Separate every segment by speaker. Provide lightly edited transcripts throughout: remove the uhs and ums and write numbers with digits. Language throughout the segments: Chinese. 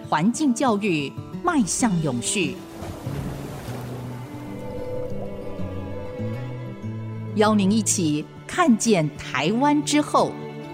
Speaker 1: 环境教育迈向永续。邀您一起看见台湾之后。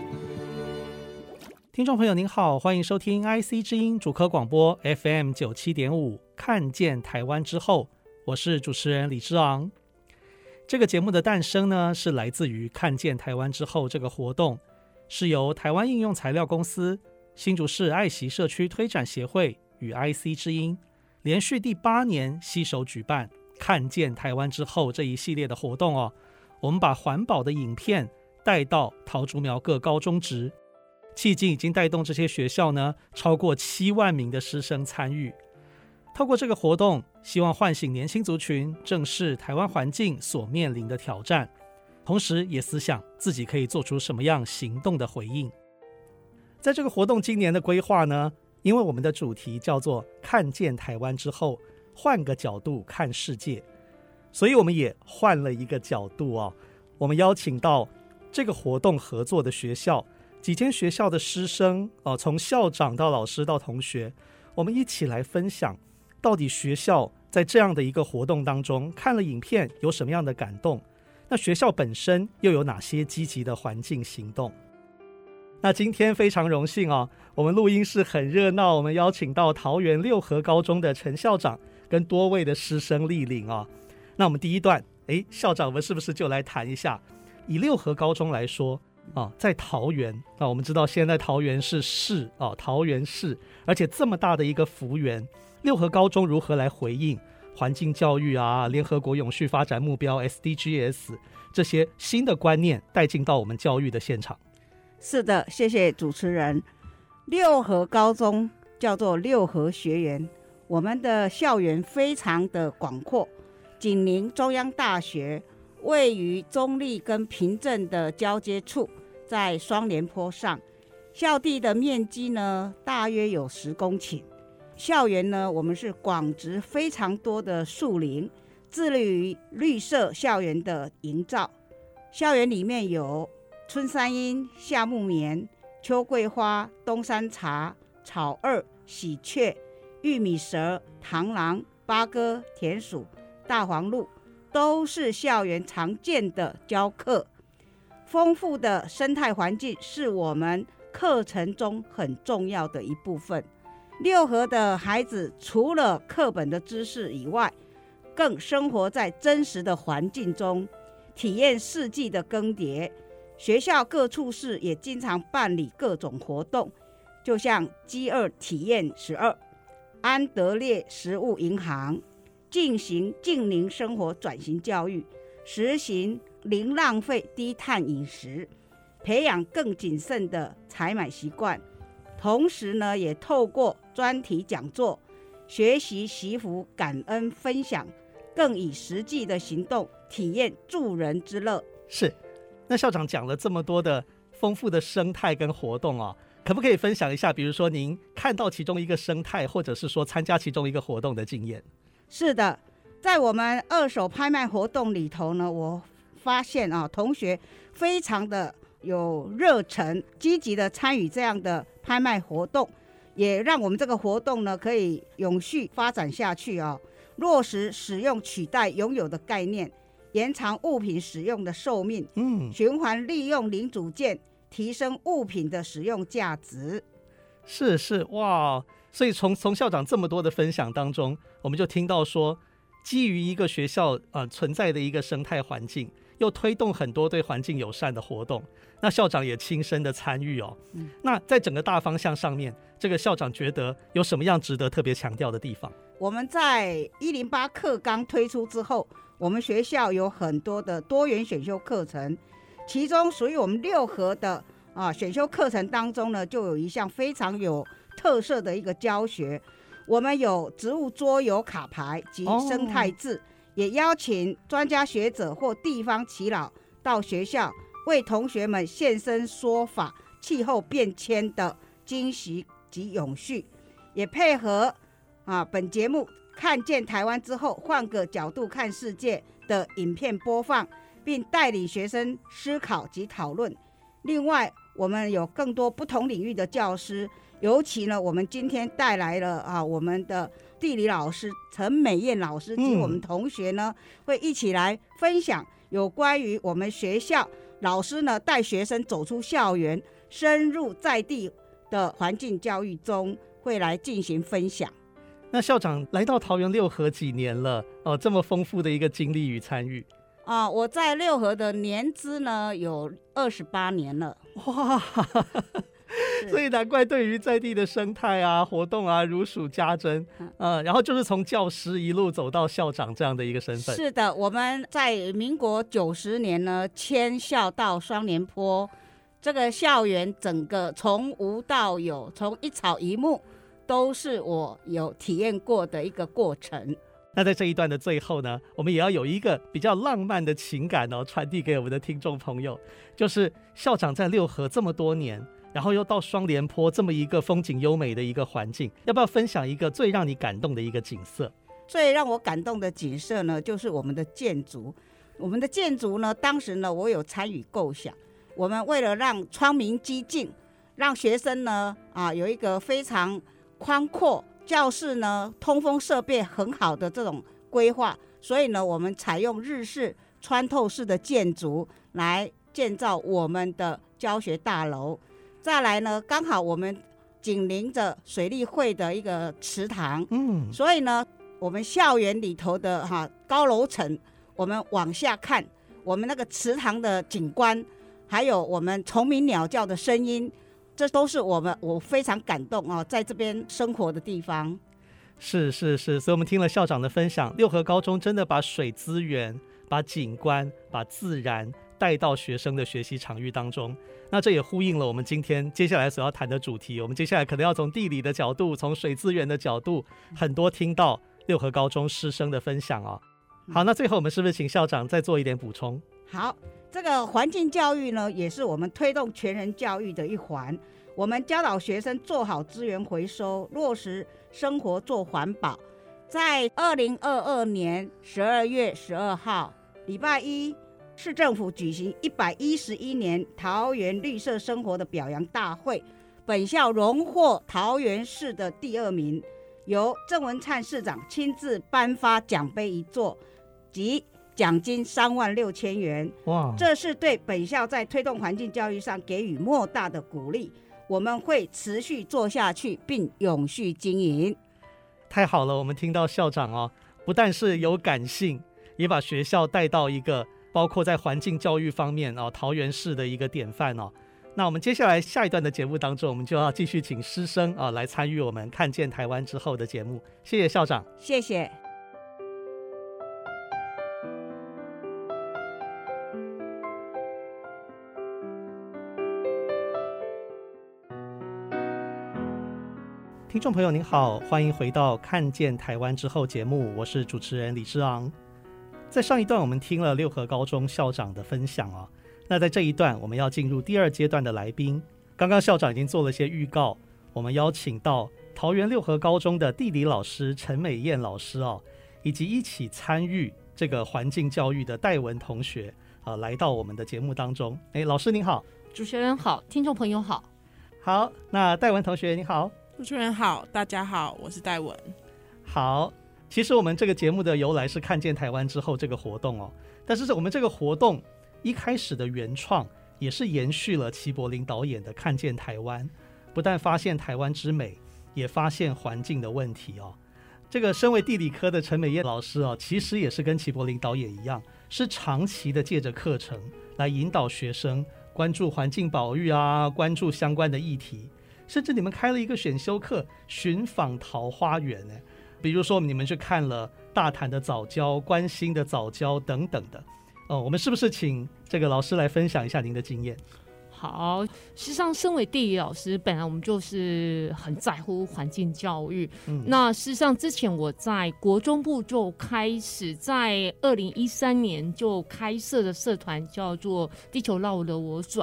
Speaker 2: 听众朋友您好，欢迎收听 IC 之音主科广播 FM 97.5看见台湾之后，我是主持人李之昂。这个节目的诞生呢，是来自于看见台湾之后这个活动，是由台湾应用材料公司、新竹市爱惜社区推展协会与 IC 之音连续第8年携手举办看见台湾之后这一系列的活动哦。我们把环保的影片带到桃竹苗各高中职，迄今已经带动这些学校呢超过7万名的师生参与。透过这个活动，希望唤醒年轻族群正视台湾环境所面临的挑战，同时也思想自己可以做出什么样行动的回应。在这个活动今年的规划呢，因为我们的主题叫做看见台湾之后，换个角度看世界，所以我们也换了一个角度哦。我们邀请到这个活动合作的学校，几间学校的师生从校长到老师到同学，我们一起来分享到底学校在这样的一个活动当中看了影片有什么样的感动，那学校本身又有哪些积极的环境行动。那今天非常荣幸我们录音室很热闹，我们邀请到桃园六和高中的陈校长跟多位的师生莅临那我们第一段校长，我们是不是就来谈一下，以六和高中来说在桃园我们知道现在桃园是市桃园市，而且这么大的一个幅员，六和高中如何来回应环境教育联合国永续发展目标 SDGs 这些新的观念带进到我们教育的现场？
Speaker 3: 是的，谢谢主持人。六和高中叫做六和学园，我们的校园非常的广阔，紧邻中央大学，位于中立跟平镇的交接处，在双连坡上，校地的面积呢大约有10公顷。校园呢，我们是广植非常多的树林，致力于绿色校园的营造。校园里面有春山樱、夏木棉、秋桂花、东山茶、草二、喜鹊、玉米蛇、螳螂、八哥、田鼠、大黄鹿，都是校园常见的教课。丰富的生态环境是我们课程中很重要的一部分。六和的孩子除了课本的知识以外，更生活在真实的环境中，体验四季的更迭。学校各处室也经常办理各种活动，就像G2体验12、安德烈食物银行进行近邻生活转型教育，实行零浪费低碳饮食，培养更谨慎的采买习惯。同时呢，也透过专题讲座学习惜福、感恩、分享，更以实际的行动体验助人之乐。
Speaker 2: 是，那校长讲了这么多的丰富的生态跟活动可不可以分享一下，比如说您看到其中一个生态，或者是说参加其中一个活动的经验？
Speaker 3: 是的，在我们二手拍卖活动里头呢，我发现同学非常的有热忱，积极的参与这样的拍卖活动，也让我们这个活动呢可以永续发展下去落实使用取代拥有的概念，延长物品使用的寿命，循环利用零组件，提升物品的使用价值。
Speaker 2: 是哇，所以从校长这么多的分享当中，我们就听到说，基于一个学校存在的一个生态环境，又推动很多对环境友善的活动，那校长也亲身的参与那在整个大方向上面，这个校长觉得有什么样值得特别强调的地方？
Speaker 3: 我们在108课纲推出之后，我们学校有很多的多元选修课程，其中属于我们六和的选修课程当中呢，就有一项非常有特色的一个教学，我们有植物桌游卡牌及生态志，也邀请专家学者或地方耆老到学校为同学们现身说法气候变迁的惊喜及永续，也配合本节目看见台湾之后，换个角度看世界的影片播放，并带领学生思考及讨论。另外， 我们有更多不同领域的教师，尤其呢，我们今天带来了我们的地理老师陈美燕老师及我们同学呢，会一起来分享有关于我们学校老师呢带学生走出校园，深入在地的环境教育中，会来进行分享。
Speaker 2: 那校长来到桃园六合几年了这么丰富的一个经历与参与
Speaker 3: 我在六合的年资呢有28年了。
Speaker 2: 哇，所以难怪对于在地的生态活动如数家珍然后就是从教师一路走到校长这样的一个身份。
Speaker 3: 是的，我们在民国90年呢迁校到双连坡，这个校园整个从无到有，从一草一木都是我有体验过的一个过程。
Speaker 2: 那在这一段的最后呢，我们也要有一个比较浪漫的情感传递给我们的听众朋友，就是校长在六合这么多年，然后又到双连坡这么一个风景优美的一个环境，要不要分享一个最让你感动的一个景色？
Speaker 3: 最让我感动的景色呢，就是我们的建筑。我们的建筑呢，当时呢我有参与构想，我们为了让窗明几净，让学生呢有一个非常宽阔，教室呢通风设备很好的这种规划，所以呢我们采用日式穿透式的建筑来建造我们的教学大楼。再来呢，刚好我们紧邻着水利会的一个池塘，所以呢我们校园里头的高楼层，我们往下看我们那个池塘的景观，还有我们虫鸣鸟叫的声音，这都是我非常感动在这边生活的地方。
Speaker 2: 是，所以我们听了校长的分享，六合高中真的把水资源、把景观、把自然带到学生的学习场域当中。那这也呼应了我们今天接下来所要谈的主题。我们接下来可能要从地理的角度，从水资源的角度，很多听到六合高中师生的分享好，那最后我们是不是请校长再做一点补充？
Speaker 3: 好，这个环境教育呢，也是我们推动全人教育的一环。我们教导学生做好资源回收，落实生活做环保。在2022年12月12号礼拜一，市政府举行111年桃园绿色生活的表扬大会，本校荣获桃园市的第2名，由郑文灿市长亲自颁发奖杯1座及奖金36000元。哇，这是对本校在推动环境教育上给予莫大的鼓励。我们会持续做下去，并永续经营。
Speaker 2: 太好了，我们听到校长不但是有感性，也把学校带到一个包括在环境教育方面桃园市的一个典范那我们接下来下一段的节目当中，我们就要继续请师生来参与我们看见台湾之后的节目。谢谢校长。
Speaker 3: 谢谢。
Speaker 2: 听众朋友您好，欢迎回到看见台湾之后节目，我是主持人李之昂。在上一段我们听了六合高中校长的分享那在这一段我们要进入第2阶段的来宾。刚刚校长已经做了些预告，我们邀请到桃园六合高中的地理老师陈美燕老师以及一起参与这个环境教育的戴文同学来到我们的节目当中。老师您好。
Speaker 4: 主持人好，听众朋友好。
Speaker 2: 好，那戴文同学您好。
Speaker 5: 主持人好，大家好，我是戴文。
Speaker 2: 好，其实我们这个节目的由来是看见台湾之后这个活动但是我们这个活动一开始的原创也是延续了齐柏林导演的看见台湾，不但发现台湾之美，也发现环境的问题这个身为地理科的陈美燕老师其实也是跟齐柏林导演一样，是长期的借着课程来引导学生关注环境保育关注相关的议题。甚至你们开了一个选修课寻访桃花源比如说你们去看了大潭的藻礁、关心的藻礁等等的我们是不是请这个老师来分享一下您的经验？
Speaker 4: 好，事实上身为地理老师，本来我们就是很在乎环境教育那事实上之前我在国中部就开始在2013年就开设的社团叫做地球绕了我转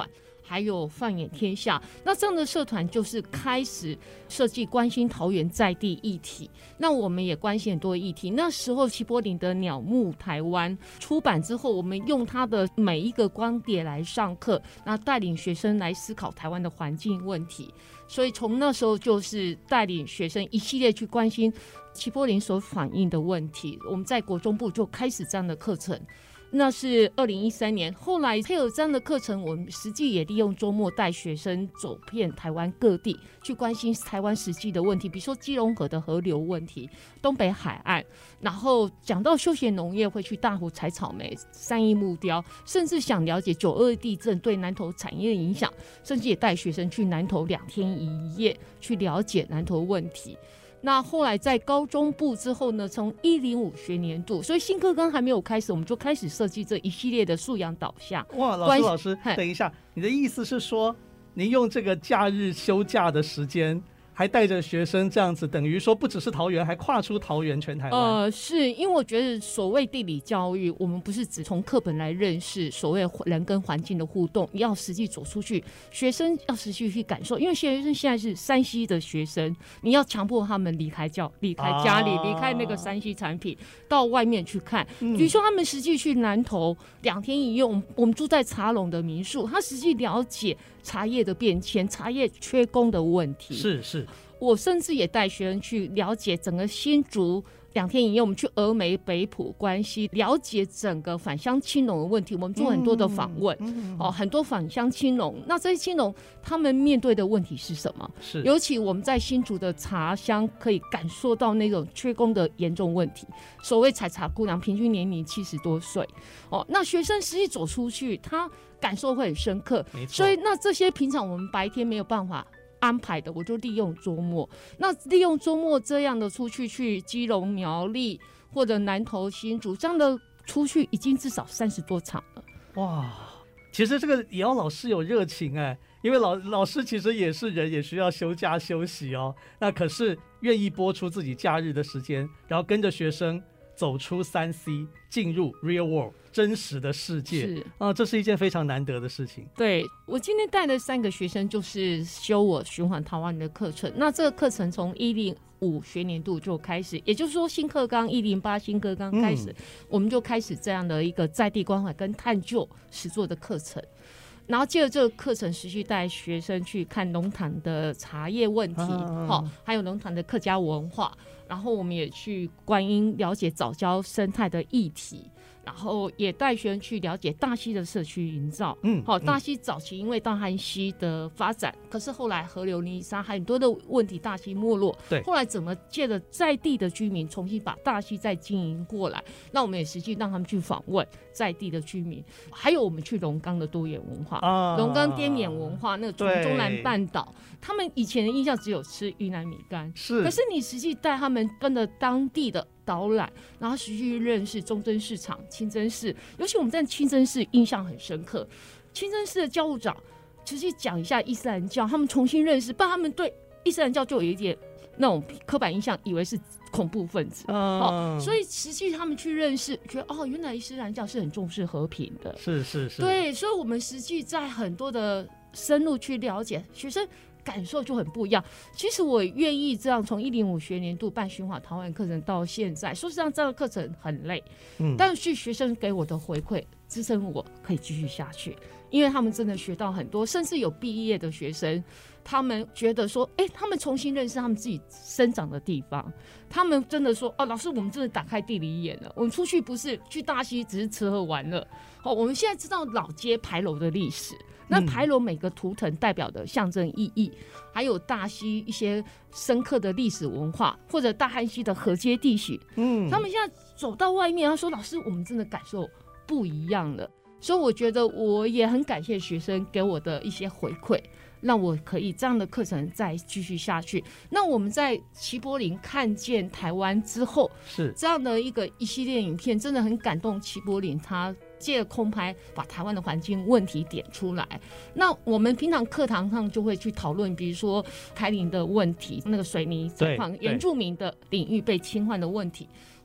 Speaker 4: 还有放眼天下。那这样的社团就是开始设计关心桃园在地议题，那我们也关心很多议题。那时候齐柏林的鸟牧台湾出版之后，我们用它的每一个观点来上课，那带领学生来思考台湾的环境问题。所以从那时候就是带领学生一系列去关心齐柏林所反映的问题。我们在国中部就开始这样的课程，那是2013年。后来配合这样的课程，我们实际也利用周末带学生走遍台湾各地，去关心台湾实际的问题，比如说基隆河的河流问题、东北海岸，然后讲到休闲农业会去大湖采草莓、善意木雕，甚至想了解9·2地震对南投产业的影响，甚至也带学生去南投2天1夜去了解南投问题。那后来在高中部之后呢，从105学年度，所以新课纲还没有开始，我们就开始设计这一系列的素养导向。
Speaker 2: 哇，老师，等一下，你的意思是说，您用这个假日休假的时间，还带着学生这样子，等于说不只是桃园，还跨出桃园全台湾。
Speaker 4: 是因为我觉得所谓地理教育，我们不是只从课本来认识所谓人跟环境的互动，你要实际走出去，学生要实际去感受。因为学生现在是3C的学生，你要强迫他们离开家里，离开那个3C产品，到外面去看。比如说他们实际去南投2天1夜，我们住在茶垄的民宿，他实际了解茶叶的变迁、茶叶缺工的问题。
Speaker 2: 是。
Speaker 4: 我甚至也带学生去了解整个新竹2天1夜，我们去峨眉、北埔、关西，了解整个返乡青农的问题。我们做很多的访问，很多返乡青农。那这些青农他们面对的问题是什么？
Speaker 2: 是，
Speaker 4: 尤其我们在新竹的茶乡可以感受到那种缺工的严重问题。所谓采茶姑娘，平均年龄70多岁。那学生实际走出去，他感受会很深刻。所以那这些平常我们白天没有办法安排的，我就利用周末。那利用周末这样的出去基隆、苗栗或者南投、新竹这样的出去，已经至少30多场了。
Speaker 2: 哇，其实这个也要老师有热情因为老师其实也是人，也需要休假休息哦。那可是愿意拨出自己假日的时间，然后跟着学生走出3C， 进入 real world 真实的世界，这是一件非常难得的事情。
Speaker 4: 对，我今天带的3个学生就是修我循环台湾的课程。那这个课程从105学年度就开始，也就是说新课纲108新课纲开始，我们就开始这样的一个在地关怀跟探究实作的课程。然后借着这个课程，持续带学生去看龙潭的茶叶问题，还有龙潭的客家文化。然后我们也去观音了解藻礁生态的议题，然后也带学生去了解大溪的社区营造。大溪早期因为大汉溪的发展，可是后来河流泥沙很多的问题，大溪没落。
Speaker 2: 对，
Speaker 4: 后来怎么借着在地的居民重新把大溪再经营过来？那我们也实际让他们去访问在地的居民，还有我们去龙岗的多元文化，龙岗滇缅文化，那个从中南半岛，他们以前的印象只有吃云南米干，可是你实际带他们跟着当地的导览，然后实际认识中正市场、清真寺，尤其我们在清真寺印象很深刻。清真寺的教务长实际讲一下伊斯兰教，他们重新认识，不然他们对伊斯兰教就有一点那种刻板印象，以为是恐怖分子。所以实际他们去认识，觉得原来伊斯兰教是很重视和平的。
Speaker 2: 是。
Speaker 4: 对，所以我们实际在很多的深入去了解，学生感受就很不一样。其实我愿意这样从105学年度办循环台湾课程到现在，说实上这个课程很累，但是学生给我的回馈支撑我可以继续下去，因为他们真的学到很多，甚至有毕业的学生，他们觉得说他们重新认识他们自己生长的地方，他们真的说老师我们真的打开地理眼了，我们出去不是去大溪只是吃喝玩乐，我们现在知道老街牌楼的历史，那牌楼每个图腾代表的象征意义，还有大溪一些深刻的历史文化，或者大汉溪的河街地形，他们现在走到外面，他说老师我们真的感受不一样了。所以我觉得我也很感谢学生给我的一些回馈，让我可以这样的课程再继续下去。那我们在齐柏林看见台湾之后，
Speaker 2: 是
Speaker 4: 这样的一系列影片，真的很感动齐柏林，他借着空拍把台湾的环境问题点出来。那我们平常课堂上就会去讨论，比如说开林的问题，那个水泥采矿，原住民的领域被侵犯的问题，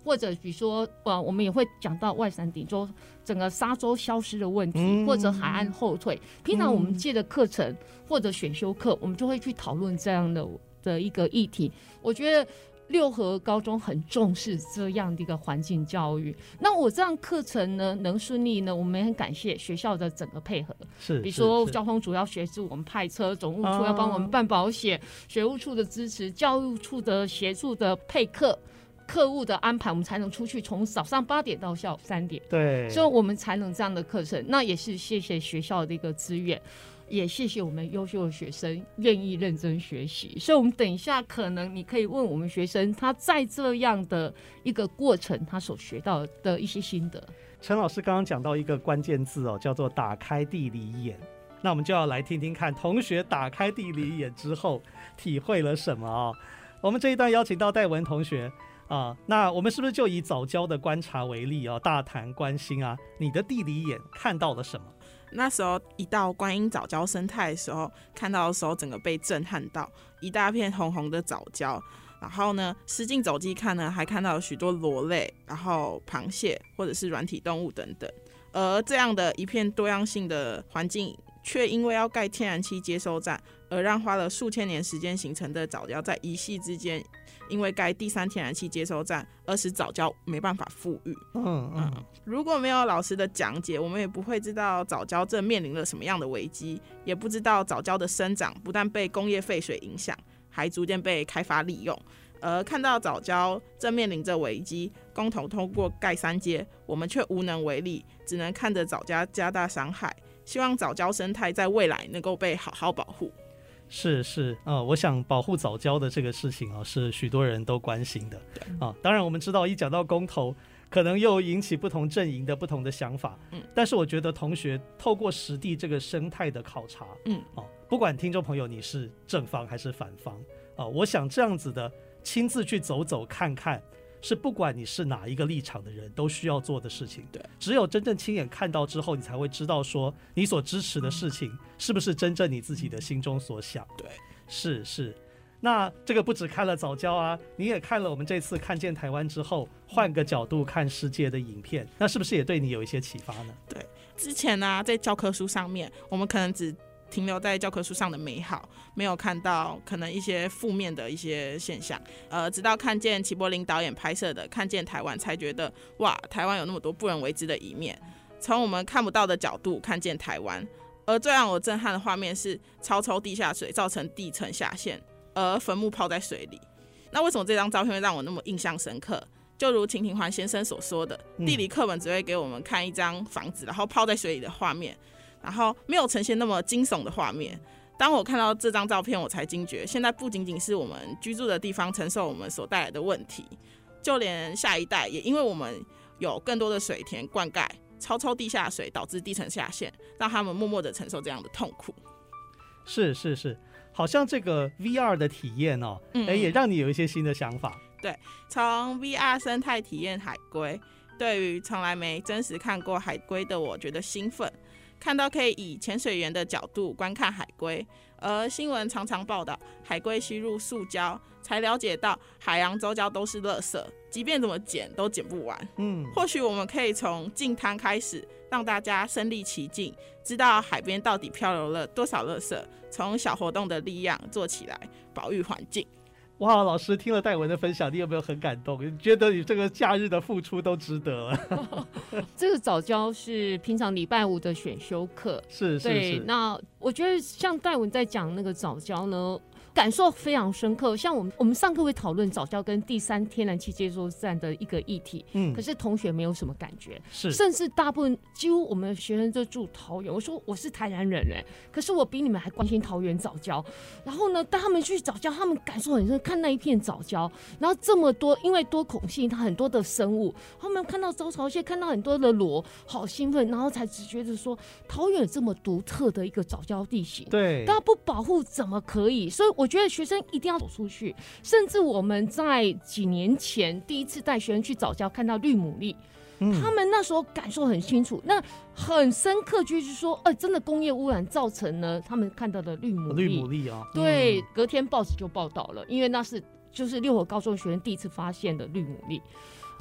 Speaker 4: 或者比如说我们也会讲到外山顶洲整个沙洲消失的问题，或者海岸后退。平常我们借的课程或者选修课，我们就会去讨论这样的一个议题。我觉得六合高中很重视这样的一个环境教育。那我这样课程呢能顺利呢，我们也很感谢学校的整个配合。
Speaker 2: 是，
Speaker 4: 比如说交通组要协助我们派车，总务处要帮我们办保险，学务处的支持，教育处的协助的配课。课务的安排，我们才能出去，从早上8点到下午3点，
Speaker 2: 对，
Speaker 4: 所以我们才能这样的课程。那也是谢谢学校的一个资源，也谢谢我们优秀的学生愿意认真学习。所以我们等一下可能你可以问我们学生，他在这样的一个过程，他所学到的一些心得。
Speaker 2: 陈老师刚刚讲到一个关键字叫做打开地理眼。那我们就要来听听看同学打开地理眼之后体会了什么我们这一段邀请到戴文同学那我们是不是就以早教的观察为例大谈关心你的地理眼看到了什么？
Speaker 5: 那时候一到观音早教生态的时候，看到的时候整个被震撼到，一大片红红的早教。然后呢，实境走机看呢，还看到有许多螺类，然后螃蟹或者是软体动物等等。而这样的一片多样性的环境，却因为要盖天然气接收站，而让花了数千年时间形成的早教，在一夕之间，因为盖第3天然气接收站，而使早教没办法富裕。如果没有老师的讲解，我们也不会知道早教正面临了什么样的危机，也不知道早教的生长不但被工业废水影响，还逐渐被开发利用。而看到早教正面临着危机，公投通过盖3阶，我们却无能为力，只能看着早教加大伤害。希望早教生态在未来能够被好好保护。
Speaker 2: 是我想保护早教的这个事情是许多人都关心的当然我们知道一讲到公投可能又引起不同阵营的不同的想法但是我觉得同学透过实地这个生态的考察不管听众朋友你是正方还是反方我想这样子的亲自去走走看看是不管你是哪一个立场的人都需要做的事情。对，只有真正亲眼看到之后，你才会知道说你所支持的事情是不是真正你自己的心中所想。
Speaker 5: 对，
Speaker 2: 是。那这个不只看了早教你也看了我们这次看见台湾之后换个角度看世界的影片，那是不是也对你有一些启发呢？
Speaker 5: 对，之前在教科书上面我们可能只停留在教科书上的美好，没有看到可能一些负面的一些现象。直到看见齐柏林导演拍摄的《看见台湾》，才觉得哇，台湾有那么多不人为之的一面。从我们看不到的角度看见台湾，而最让我震撼的画面是超抽地下水造成地层下陷，而坟墓泡在水里。那为什么这张照片会让我那么印象深刻？就如秦廷桓先生所说的，地理课本只会给我们看一张房子然后泡在水里的画面，然后没有呈现那么惊悚的画面。当我看到这张照片，我才惊觉现在不仅仅是我们居住的地方承受我们所带来的问题，就连下一代也因为我们有更多的水田灌溉超抽地下水，导致地层下陷，让他们默默的承受这样的痛苦。
Speaker 2: 是，好像这个 VR 的体验也让你有一些新的想法。
Speaker 5: 对，从 VR 生态体验海龟，对于从来没真实看过海龟的我觉得兴奋，看到可以以潜水员的角度观看海龟，而新闻常常报道海龟吸入塑胶，才了解到海洋周遭都是垃圾，即便怎么捡都捡不完。或许我们可以从净滩开始，让大家身临其境，知道海边到底漂流了多少垃圾，从小活动的力量做起来，保育环境。
Speaker 2: 哇，老师听了戴文的分享，你有没有很感动？你觉得你这个假日的付出都值得了？
Speaker 4: 这个早教是平常礼拜5的选修课，
Speaker 2: 是。
Speaker 4: 对，那我觉得像戴文在讲那个早教呢，感受非常深刻。像我们上课会讨论早教跟第3天然气接收站的一个议题，可是同学没有什么感觉，是，甚至大部分几乎我们学生就住桃园。我说我是台南人可是我比你们还关心桃园早教。然后呢，带他们去早教，他们感受很深，看那一片早教，然后这么多，因为多孔性，它很多的生物，他们看到招潮蟹，看到很多的螺，好兴奋，然后才只觉得说桃园有这么独特的一个早教地形，
Speaker 2: 对，
Speaker 4: 大家不保护怎么可以？所以我觉得学生一定要走出去。甚至我们在几年前第一次带学生去早教，看到绿牡蛎，他们那时候感受很清楚，那很深刻，就是说，真的工业污染造成了他们看到的绿牡蛎对，隔天报纸就报道了，因为那是就是6合高中学生第一次发现的绿牡蛎。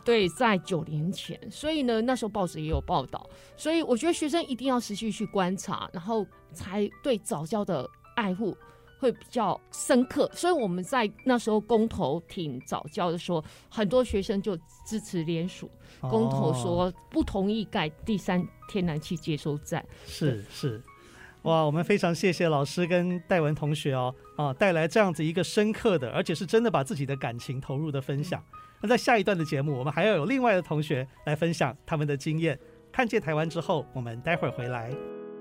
Speaker 4: 对，在9年前，所以呢，那时候报纸也有报道，所以我觉得学生一定要持续去观察，然后才对早教的爱护会比较深刻。所以我们在那时候公投挺早教的时候，很多学生就支持联署公投，说不同意盖第3天然气接收站。
Speaker 2: 是。哇，我们非常谢谢老师跟戴文同学带来这样子一个深刻的，而且是真的把自己的感情投入的分享。那在下一段的节目，我们还要有另外的同学来分享他们的经验。看见台湾之后，我们待会儿回来。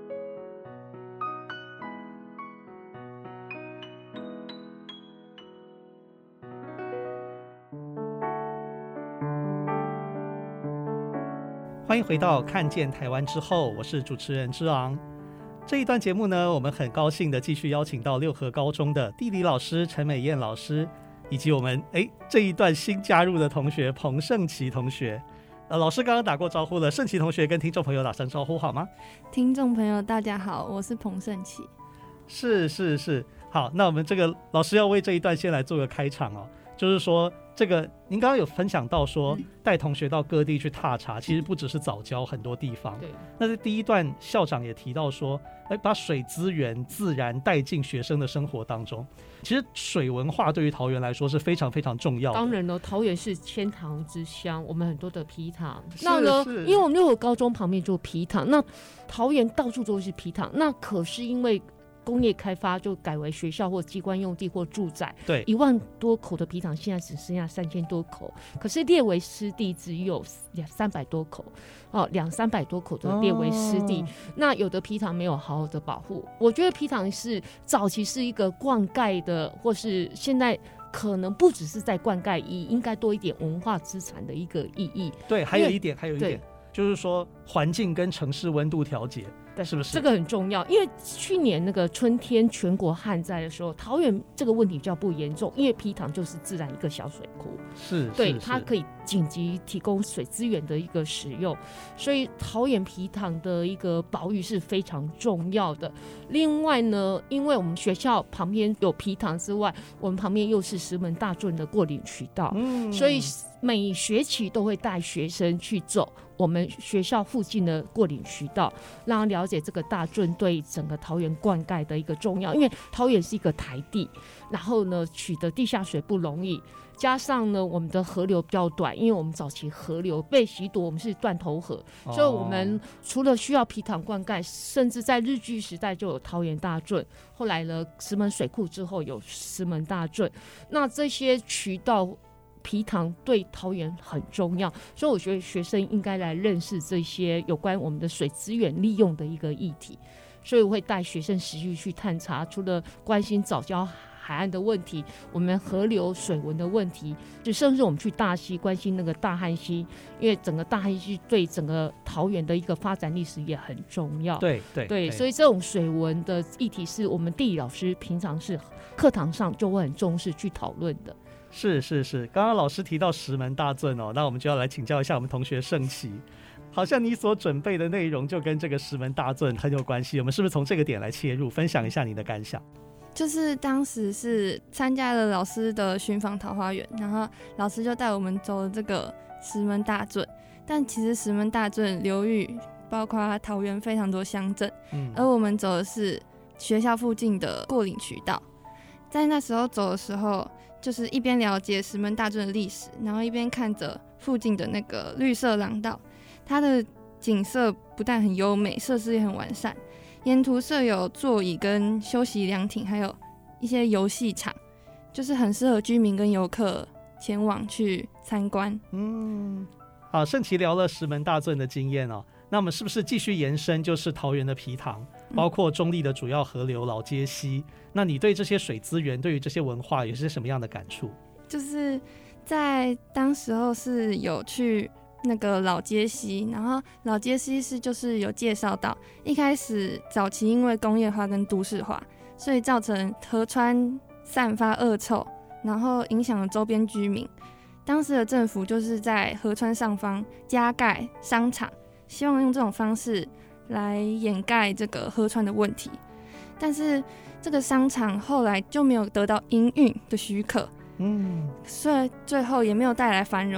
Speaker 2: 欢迎回到看见台湾之后，我是主持人之昂。这一段节目呢，我们很高兴的继续邀请到六和高中的地理老师陈美燕老师，以及我们这一段新加入的同学彭胜琪同学。老师刚刚打过招呼了，胜琪同学跟听众朋友打声招呼好吗？
Speaker 6: 听众朋友大家好，我是彭胜琪。
Speaker 2: 是，好，那我们这个老师要为这一段先来做个开场就是说这个您刚刚有分享到说带同学到各地去踏查，其实不只是早教，很多地方。
Speaker 4: 对。
Speaker 2: 那在第一段校长也提到说，把水资源自然带进学生的生活当中。其实水文化对于桃园来说是非常非常重要的。
Speaker 4: 当然了，桃园是千塘之乡，我们很多的埤塘。那呢，因为我们六合高中旁边就是埤塘，那桃园到处都是埤塘，那可是因为工业开发就改为学校或机关用地或住宅，
Speaker 2: 对
Speaker 4: ，1万多口的埤塘现在只剩下3000多口，可是列为湿地只有300多口，200-300多口的列为湿地，那有的埤塘没有好好的保护。我觉得埤塘是早期是一个灌溉的，或是现在可能不只是在灌溉意义，应该多一点文化资产的一个意义。
Speaker 2: 对，还有一点，就是说环境跟城市温度调节。是不是
Speaker 4: 这个很重要？因为去年那个春天全国旱灾的时候，桃园这个问题比较不严重，因为埤塘就是自然一个小水库，对，它可以紧急提供水资源的一个使用，所以桃园埤塘的一个保育是非常重要的。另外呢，因为我们学校旁边有埤塘之外，我们旁边又是石门大圳的过岭渠道，所以每学期都会带学生去走我们学校附近的过岭渠道，让他了解这个大圳对整个桃园灌溉的一个重要。因为桃园是一个台地，然后呢取得地下水不容易，加上呢我们的河流比较短，因为我们早期河流被袭夺，我们是断头河，所以我们除了需要埤塘灌溉，甚至在日据时代就有桃园大圳，后来呢石门水库之后有石门大圳，那这些渠道埤塘对桃园很重要，所以我觉得学生应该来认识这些有关我们的水资源利用的一个议题，所以我会带学生实际去探查，除了关心早教海岸的问题，我们河流水文的问题，就甚至我们去大溪关心那个大汉溪，因为整个大汉溪对整个桃园的一个发展历史也很重要。对，所以这种水文的议题是我们地理老师平常是课堂上就会很重视去讨论的。
Speaker 2: 是，刚刚老师提到石门大圳那我们就要来请教一下我们同学胜琪，好像你所准备的内容就跟这个石门大圳很有关系，我们是不是从这个点来切入，分享一下你的感想？
Speaker 6: 就是当时是参加了老师的寻访桃花源，然后老师就带我们走了这个石门大圳，但其实石门大圳流域包括桃园非常多乡镇，而我们走的是学校附近的过岭渠道。在那时候走的时候，就是一边了解石门大圳的历史，然后一边看着附近的那个绿色廊道，它的景色不但很优美，设施也很完善，沿途设有座椅跟休息凉亭，还有一些游戏场，就是很适合居民跟游客前往去参观。
Speaker 2: 好，胜琪聊了石门大圳的经验那我们是不是继续延伸，就是桃园的埤塘，包括中坜的主要河流老街溪，那你对这些水资源，对于这些文化有些什么样的感触？
Speaker 6: 就是在当时候是有去那个老街溪，然后老街溪是就是有介绍到，一开始早期因为工业化跟都市化，所以造成河川散发恶臭，然后影响了周边居民。当时的政府就是在河川上方加盖商场，希望用这种方式来掩盖这个河川的问题，但是这个商场后来就没有得到营运的许可，所以最后也没有带来繁荣，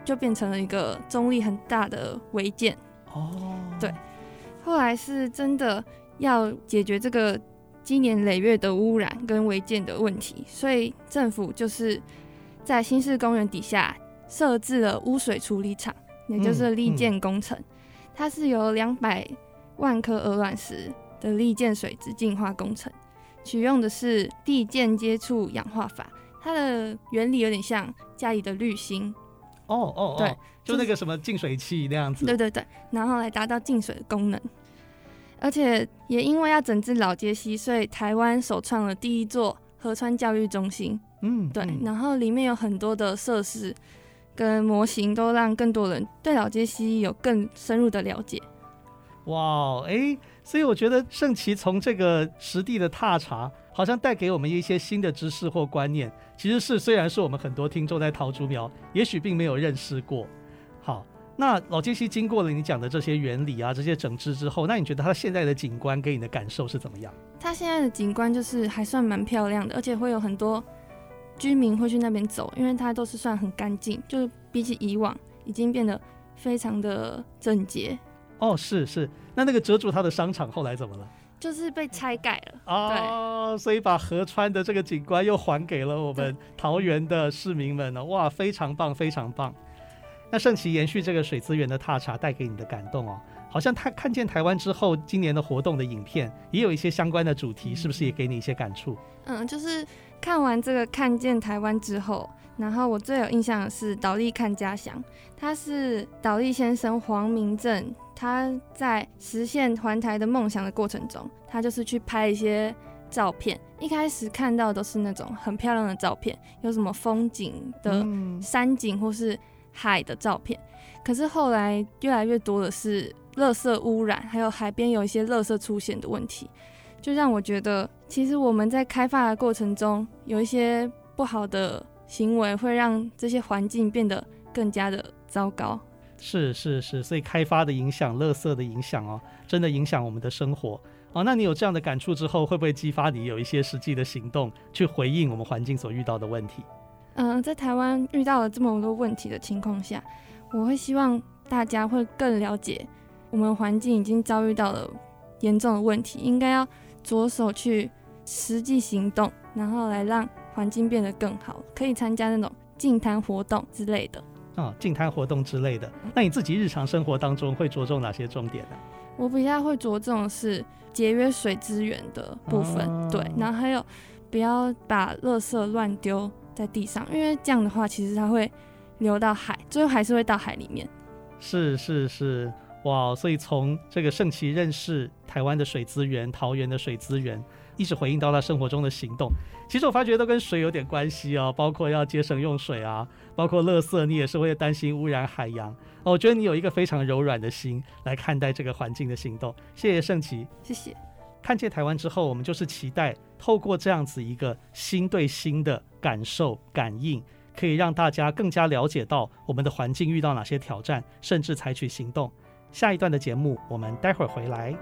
Speaker 6: 就变成了一个重力很大的违建。对，后来是真的要解决这个积年累月的污染跟违建的问题，所以政府就是在新市公园底下设置了污水处理厂，也就是砾建工程。它是由200万颗鹅卵石的砾建水质净化工程，取用的是地间接触氧化法，它的原理有点像家里的滤芯。
Speaker 2: 对，就那个什么净水器那样子。
Speaker 6: 对，然后来达到净水的功能。而且也因为要整治老街溪，所以台湾首创了第一座河川教育中心。对，然后里面有很多的设施跟模型，都让更多人对老街溪有更深入的了解。
Speaker 2: 哇，所以我觉得圣琪从这个实地的踏查，好像带给我们一些新的知识或观念，其实虽然是我们很多听众在桃竹苗也许并没有认识过。好，那老街溪经过了你讲的这些原理啊，这些整治之后，那你觉得它现在的景观给你的感受是怎么样？
Speaker 6: 它现在的景观就是还算蛮漂亮的，而且会有很多居民会去那边走，因为它都是算很干净，就是比起以往已经变得非常的整洁。
Speaker 2: 是，那个遮住它的商场后来怎么了？
Speaker 6: 就是被拆改了。
Speaker 2: 所以把河川的这个景观又还给了我们桃园的市民们呢。哇，非常棒，非常棒。那圣琪延续这个水资源的踏查带给你的感动好像他看见台湾之后，今年的活动的影片也有一些相关的主题，是不是也给你一些感触？
Speaker 6: 就是看完这个看见台湾之后，然后我最有印象的是倒立看家乡。他是倒立先生黄明正，他在实现环台的梦想的过程中，他就是去拍一些照片。一开始看到都是那种很漂亮的照片，有什么风景的山景或是海的照片，可是后来越来越多的是垃圾污染，还有海边有一些垃圾出现的问题，就让我觉得其实我们在开发的过程中有一些不好的行为，会让这些环境变得更加的糟糕。
Speaker 2: 是，所以开发的影响，垃圾的影响真的影响我们的生活那你有这样的感触之后，会不会激发你有一些实际的行动去回应我们环境所遇到的问题？
Speaker 6: 在台湾遇到了这么多问题的情况下，我会希望大家会更了解我们环境已经遭遇到了严重的问题，应该要着手去实际行动，然后来让环境变得更好，可以参加那种净滩活动之类的。
Speaker 2: 净滩活动之类的。那你自己日常生活当中会着重哪些重点呢？
Speaker 6: 我比较会着重的是节约水资源的部分，对，然后还有不要把垃圾乱丢在地上，因为这样的话其实它会流到海，最后还是会到海里面。
Speaker 2: 是，哇，所以从这个圣琪认识台湾的水资源，桃园的水资源，一直回应到他生活中的行动，其实我发觉都跟水有点关系包括要节省用水包括垃圾你也是会担心污染海洋我觉得你有一个非常柔软的心来看待这个环境的行动，谢谢圣琪。
Speaker 6: 谢谢。
Speaker 2: 看见台湾之后，我们就是期待透过这样子一个心对心的感受感应，可以让大家更加了解到我们的环境遇到哪些挑战，甚至采取行动。下一段的节目我们待会儿回来。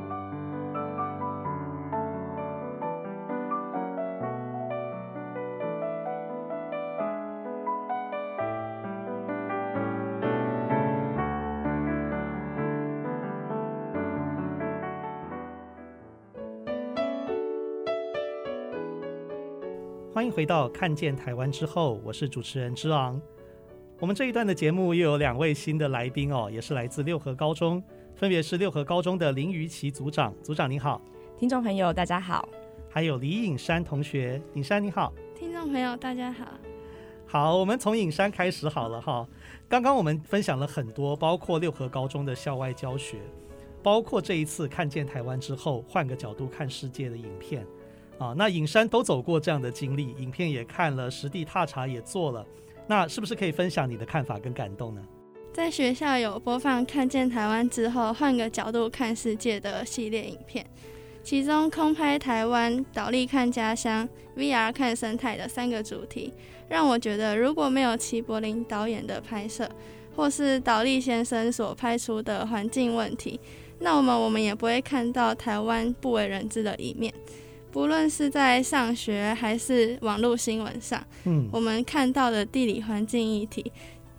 Speaker 2: 欢迎回到看见台湾之后，我是主持人之昂。我们这一段的节目又有2位新的来宾也是来自六合高中，分别是六合高中的林瑜琪组长。组长您好。
Speaker 7: 听众朋友大家好。
Speaker 2: 还有李颖珊同学。颖珊你好。
Speaker 6: 听众朋友大家好。
Speaker 2: 好，我们从颖珊开始好了刚刚我们分享了很多，包括六合高中的校外教学，包括这一次看见台湾之后换个角度看世界的影片那颖珊都走过这样的经历，影片也看了，实地踏查也做了，那是不是可以分享你的看法跟感动呢？
Speaker 8: 在学校有播放看见台湾之后换个角度看世界的系列影片，其中空拍台湾、倒立看家乡、VR 看生态的3个主题，让我觉得如果没有齐柏林导演的拍摄，或是倒立先生所拍出的环境问题，那我们也不会看到台湾不为人知的一面。不论是在上学还是网络新闻上，我们看到的地理环境议题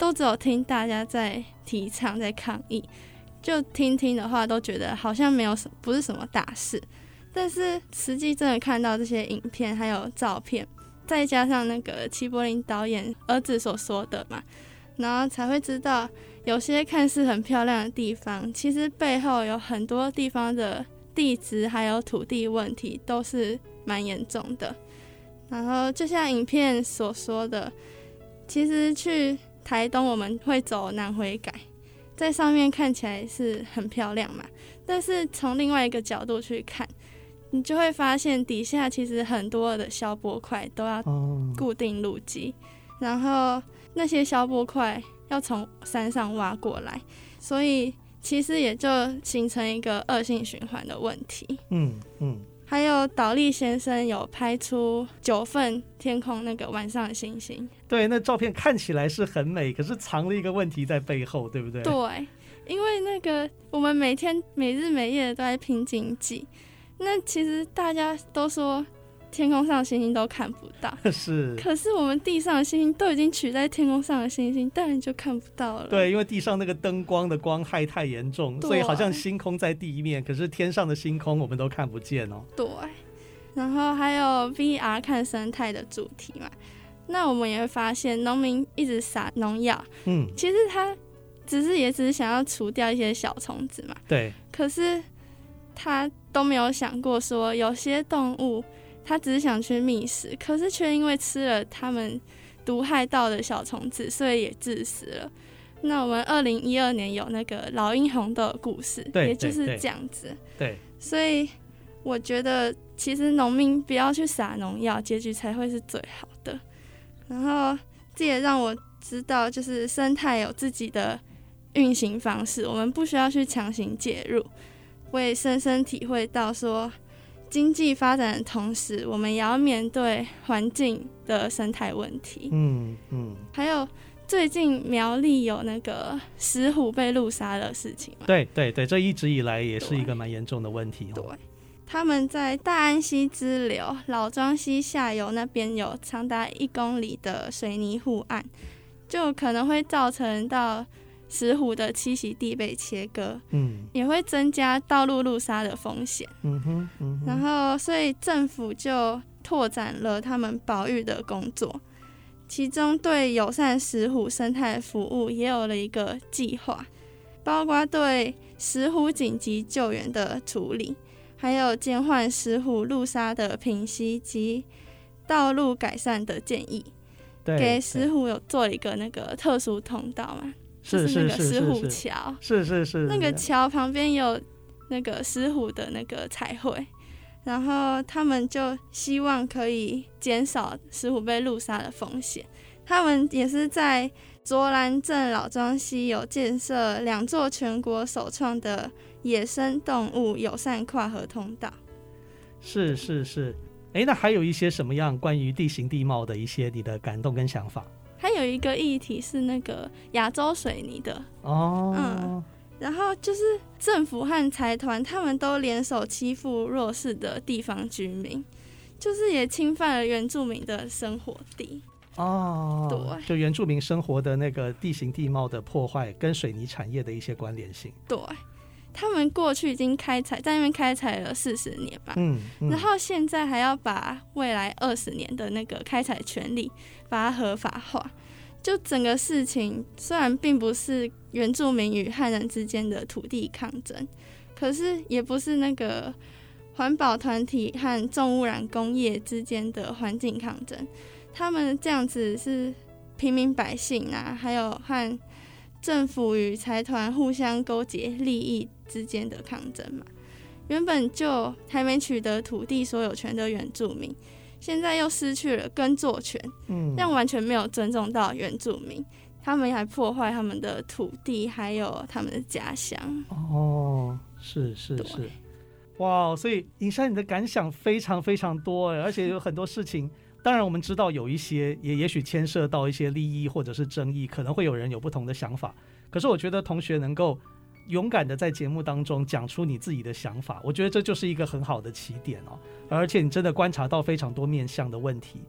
Speaker 8: 都只有听大家在提倡在抗议，就听的话都觉得好像没有不是什么大事，但是实际真的看到这些影片还有照片，再加上那个齐柏林导演儿子所说的嘛，然后才会知道有些看似很漂亮的地方，其实背后有很多地方的地质还有土地问题都是蛮严重的。然后就像影片所说的，其实去台东我们会走南回改，在上面看起来是很漂亮嘛，但是从另外一个角度去看，你就会发现底下其实很多的消波块都要固定路基，然后那些消波块要从山上挖过来，所以其实也就形成一个恶性循环的问题。还有岛立先生有拍出9份天空那个晚上的星星，
Speaker 2: 对，那照片看起来是很美，可是藏了一个问题在背后，对不对？
Speaker 8: 对，因为那个我们每天每日每夜都在拼经济，那其实大家都说天空上的星星都看不到，
Speaker 2: 是，
Speaker 8: 可是我们地上的星星都已经取代天空上的星星，当然就看不到了。
Speaker 2: 对，因为地上那个灯光的光害太严重，所以好像星空在地面，可是天上的星空我们都看不见哦。
Speaker 8: 对，然后还有 VR 看生态的主题嘛，那我们也会发现农民一直撒农药，其实他只是想要除掉一些小虫子嘛，
Speaker 2: 对，
Speaker 8: 可是他都没有想过说有些动物他只是想去觅食，可是却因为吃了他们毒害到的小虫子，所以也致死了。那我们2012年有那个老鹰红豆的故事，也就是这样子。
Speaker 2: 对，
Speaker 8: 所以我觉得其实农民不要去撒农药，结局才会是最好的。然后这也让我知道，就是生态有自己的运行方式，我们不需要去强行介入。我也深深体会到说，经济发展的同时，我们也要面对环境的生态问题。还有最近苗栗有那个石虎被路杀的事情嘛？
Speaker 2: 对，这一直以来也是一个蛮严重的问题。
Speaker 8: 对，他们在大安溪支流老庄溪下游那边有长达1公里的水泥护岸，就可能会造成到石虎的栖息地被切割，也会增加道路路杀的风险。然后所以政府就拓展了他们保育的工作，其中对友善石虎生态服务也有了一个计划，包括对石虎紧急救援的处理，还有减缓石虎路杀的平息及道路改善的建议。给石虎有做了一个那个特殊通道嘛，就是那个石虎桥，
Speaker 2: 是
Speaker 8: 那个桥旁边有那个石虎的那个彩绘，然后他们就希望可以减少石虎被路杀的风险。他们也是在卓兰镇老庄溪有建设2座全国首创的野生动物友善跨河通道。
Speaker 2: 是，那还有一些什么样关于地形地貌的一些你的感动跟想法？
Speaker 8: 还有一个议题是那个亚洲水泥的然后就是政府和财团他们都联手欺负弱势的地方居民，就是也侵犯了原住民的生活地。对，
Speaker 2: 就原住民生活的那个地形地貌的破坏跟水泥产业的一些关联性。
Speaker 8: 对，他们过去已经在那边开采了40年嘛，然后现在还要把未来20年的那个开采权利把它合法化。就整个事情虽然并不是原住民与汉人之间的土地抗争，可是也不是那个环保团体和重污染工业之间的环境抗争，他们这样子是平民百姓啊，还有和政府与财团互相勾结利益之间的抗争嘛。原本就还没取得土地所有权的原住民，现在又失去了耕作权，让完全没有尊重到原住民，他们还破坏他们的土地还有他们的家乡。
Speaker 2: 是，哇，所以尹珊你的感想非常非常多，而且有很多事情当然我们知道有一些也许牵涉到一些利益或者是争议，可能会有人有不同的想法，可是我觉得同学能够勇敢的在节目当中讲出你自己的想法，我觉得这就是一个很好的起点而且你真的观察到非常多面向的问题。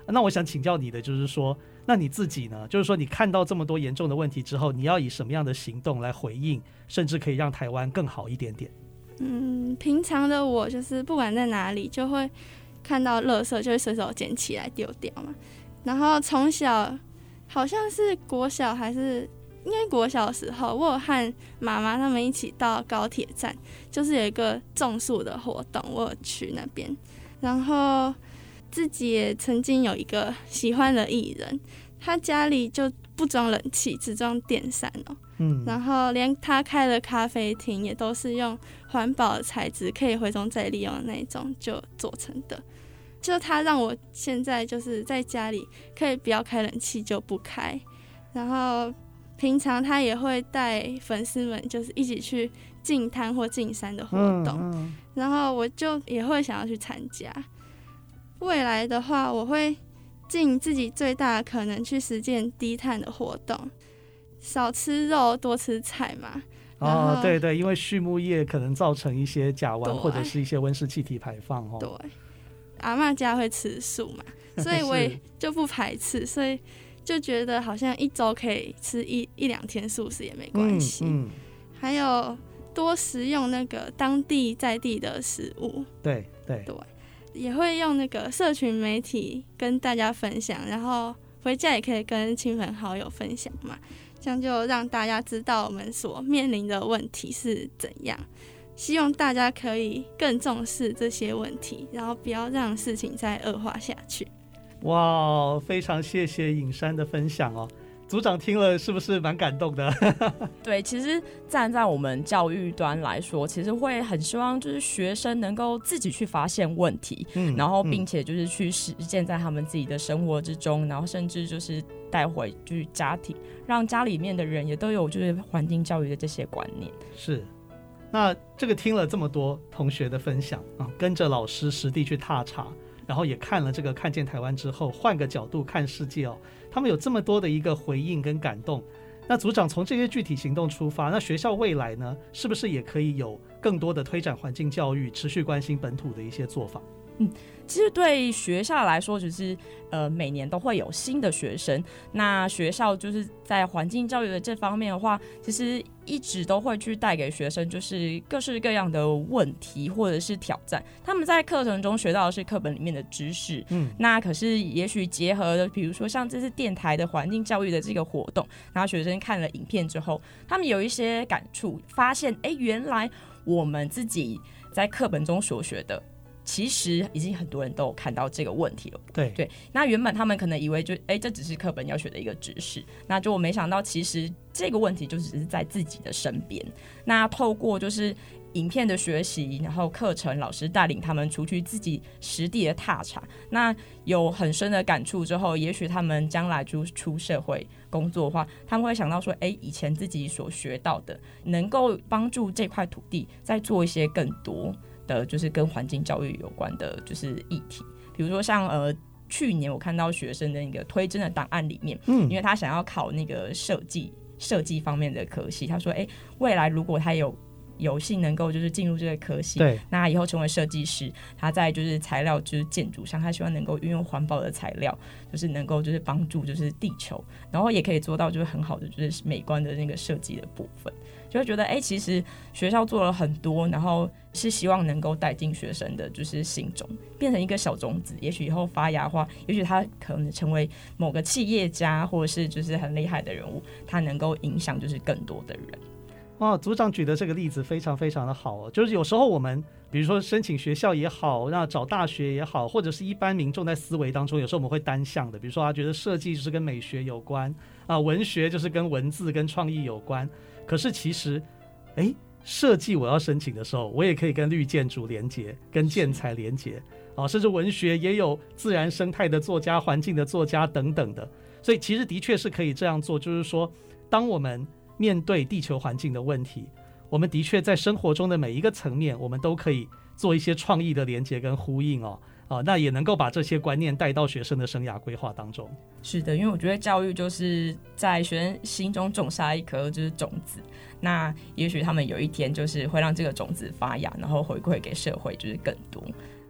Speaker 2: 那我想请教你的就是说，那你自己呢？就是说你看到这么多严重的问题之后，你要以什么样的行动来回应，甚至可以让台湾更好一点点？
Speaker 8: 平常的我就是不管在哪里，就会看到垃圾就会随手捡起来丢掉嘛。然后从小好像是国小还是应该国小的时候，我有和妈妈他们一起到高铁站，就是有一个种树的活动，我有去那边。然后自己也曾经有一个喜欢的艺人，他家里就不装冷气，只装电扇哦。然后连他开的咖啡厅也都是用环保的材质，可以回收再利用的那种就做成的。就他让我现在就是在家里可以不要开冷气就不开，然后平常他也会带粉丝们就是一起去进滩或进山的活动，然后我就也会想要去参加。未来的话，我会尽自己最大的可能去实践低碳的活动，少吃肉多吃菜嘛。
Speaker 2: 对对，因为畜牧业可能造成一些甲烷或者是一些温室气体排放
Speaker 8: 对，阿嬷家会吃素嘛，所以我也就不排斥，所以就觉得好像一周可以吃一两天素食也没关系。还有多食用那个当地在地的食物。对，也会用那个社群媒体跟大家分享，然后回家也可以跟亲朋好友分享嘛，这样就让大家知道我们所面临的问题是怎样。希望大家可以更重视这些问题，然后不要让事情再恶化下去。
Speaker 2: 哇，非常谢谢颖珊的分享哦。组长听了是不是蛮感动的？
Speaker 7: 对，其实站在我们教育端来说，其实会很希望就是学生能够自己去发现问题，然后并且就是去实践在他们自己的生活之中，然后甚至就是带回就是家庭，让家里面的人也都有就是环境教育的这些观念。
Speaker 2: 是。那这个听了这么多同学的分享啊，跟着老师实地去踏查，然后也看了这个看见台湾之后，换个角度看世界哦，他们有这么多的一个回应跟感动。那组长从这些具体行动出发，那学校未来呢，是不是也可以有更多的推展环境教育，持续关心本土的一些做法？
Speaker 7: 其实对学校来说，就是每年都会有新的学生。那学校就是在环境教育的这方面的话，其实一直都会去带给学生就是各式各样的问题或者是挑战。他们在课程中学到的是课本里面的知识，那可是也许结合的，比如说像这次电台的环境教育的这个活动，然后学生看了影片之后，他们有一些感触，发现原来我们自己在课本中所学的，其实已经很多人都有看到这个问题了。对，那原本他们可能以为就这只是课本要学的一个知识，那就没想到其实这个问题就只是在自己的身边。那透过就是影片的学习，然后课程老师带领他们出去自己实地的踏查，那有很深的感触之后，也许他们将来就出社会工作的话，他们会想到说以前自己所学到的能够帮助这块土地再做一些更多的就是跟环境教育有关的就是议题。比如说像去年我看到学生的那个推甄的档案里面，因为他想要考那个设计方面的科系，他说未来如果他有幸能够就是进入这个科系，对，那以后成为设计师，他在就是材料就是建筑上，他希望能够运用环保的材料，就是能够就是帮助就是地球，然后也可以做到就是很好的就是美观的那个设计的部分。就会觉得其实学校做了很多，然后是希望能够带进学生的就是心中，变成一个小种子，也许以后发芽的话，也许他可能成为某个企业家或者是就是很厉害的人物，他能够影响就是更多的人。
Speaker 2: 组长举的这个例子非常非常的好哦，就是有时候我们比如说申请学校也好，那找大学也好，或者是一般民众在思维当中，有时候我们会单向的，比如说他觉得设计就是跟美学有关文学就是跟文字跟创意有关，可是其实设计我要申请的时候，我也可以跟绿建筑连结，跟建材连结甚至文学也有自然生态的作家、环境的作家等等的，所以其实的确是可以这样做，就是说当我们面对地球环境的问题，我们的确在生活中的每一个层面，我们都可以做一些创意的连结跟呼应那也能够把这些观念带到学生的生涯规划当中。
Speaker 7: 是的，因为我觉得教育就是在学生心中种下一颗就是种子，那也许他们有一天就是会让这个种子发芽，然后回馈给社会就是更多。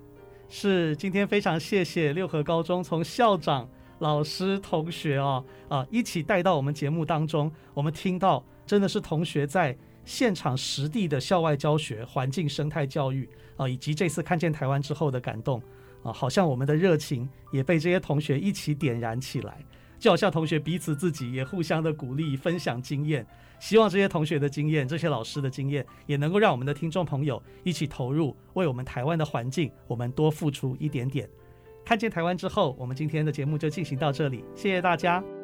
Speaker 2: 是今天非常谢谢六合高中从校长、老师、同学一起带到我们节目当中，我们听到真的是同学在现场实地的校外教学、环境生态教育以及这次看见台湾之后的感动好像我们的热情也被这些同学一起点燃起来，就好像同学彼此自己也互相的鼓励、分享经验。希望这些同学的经验、这些老师的经验，也能够让我们的听众朋友一起投入，为我们台湾的环境，我们多付出一点点。看见台湾之后，我们今天的节目就进行到这里，谢谢大家。